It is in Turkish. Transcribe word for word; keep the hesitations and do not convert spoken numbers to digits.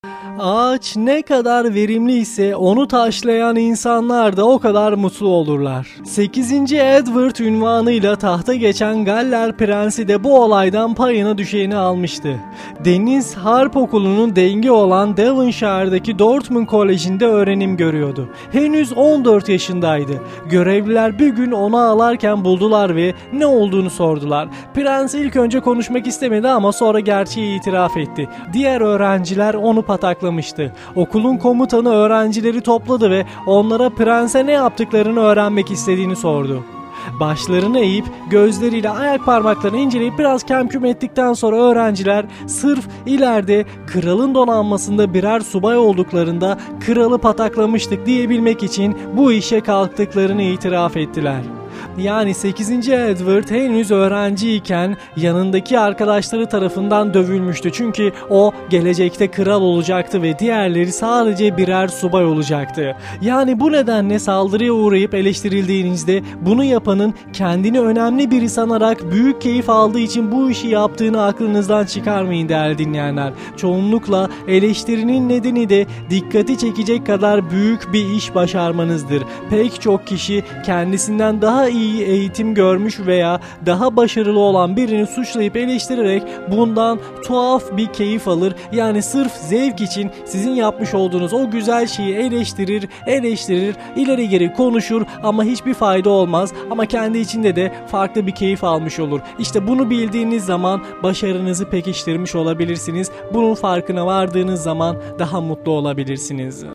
Ağaç ne kadar verimli ise onu taşlayan insanlar da o kadar mutlu olurlar. sekizinci Edward unvanıyla tahta geçen Galler Prensi de bu olaydan payına düşeni almıştı. Deniz Harp Okulu'nun dengi olan Devonshire'daki Dortmund Koleji'nde öğrenim görüyordu. Henüz on dört yaşındaydı. Görevliler bir gün onu ağlarken buldular ve ne olduğunu sordular. Prens ilk önce konuşmak istemedi ama sonra gerçeği itiraf etti. Diğer öğrenciler onu pataklamıştı. Okulun komutanı öğrencileri topladı ve onlara prense ne yaptıklarını öğrenmek istediğini sordu. Başlarını eğip gözleriyle ayak parmaklarını inceleyip biraz kemküm ettikten sonra öğrenciler sırf ileride kralın donanmasında birer subay olduklarında kralı pataklamıştık diyebilmek için bu işe kalktıklarını itiraf ettiler. Yani sekizinci Edward henüz öğrenciyken yanındaki arkadaşları tarafından dövülmüştü. Çünkü o gelecekte kral olacaktı ve diğerleri sadece birer subay olacaktı. Yani bu nedenle saldırıya uğrayıp eleştirildiğinizde bunu yapanın kendini önemli biri sanarak büyük keyif aldığı için bu işi yaptığını aklınızdan çıkarmayın değerli dinleyenler. Çoğunlukla eleştirinin nedeni de dikkati çekecek kadar büyük bir iş başarmanızdır. Pek çok kişi kendisinden daha iyi eğitim görmüş veya daha başarılı olan birini suçlayıp eleştirerek bundan tuhaf bir keyif alır. Yani sırf zevk için sizin yapmış olduğunuz o güzel şeyi eleştirir, eleştirir, ileri geri konuşur ama hiçbir fayda olmaz ama kendi içinde de farklı bir keyif almış olur. İşte bunu bildiğiniz zaman başarınızı pekiştirmiş olabilirsiniz. Bunun farkına vardığınız zaman daha mutlu olabilirsiniz.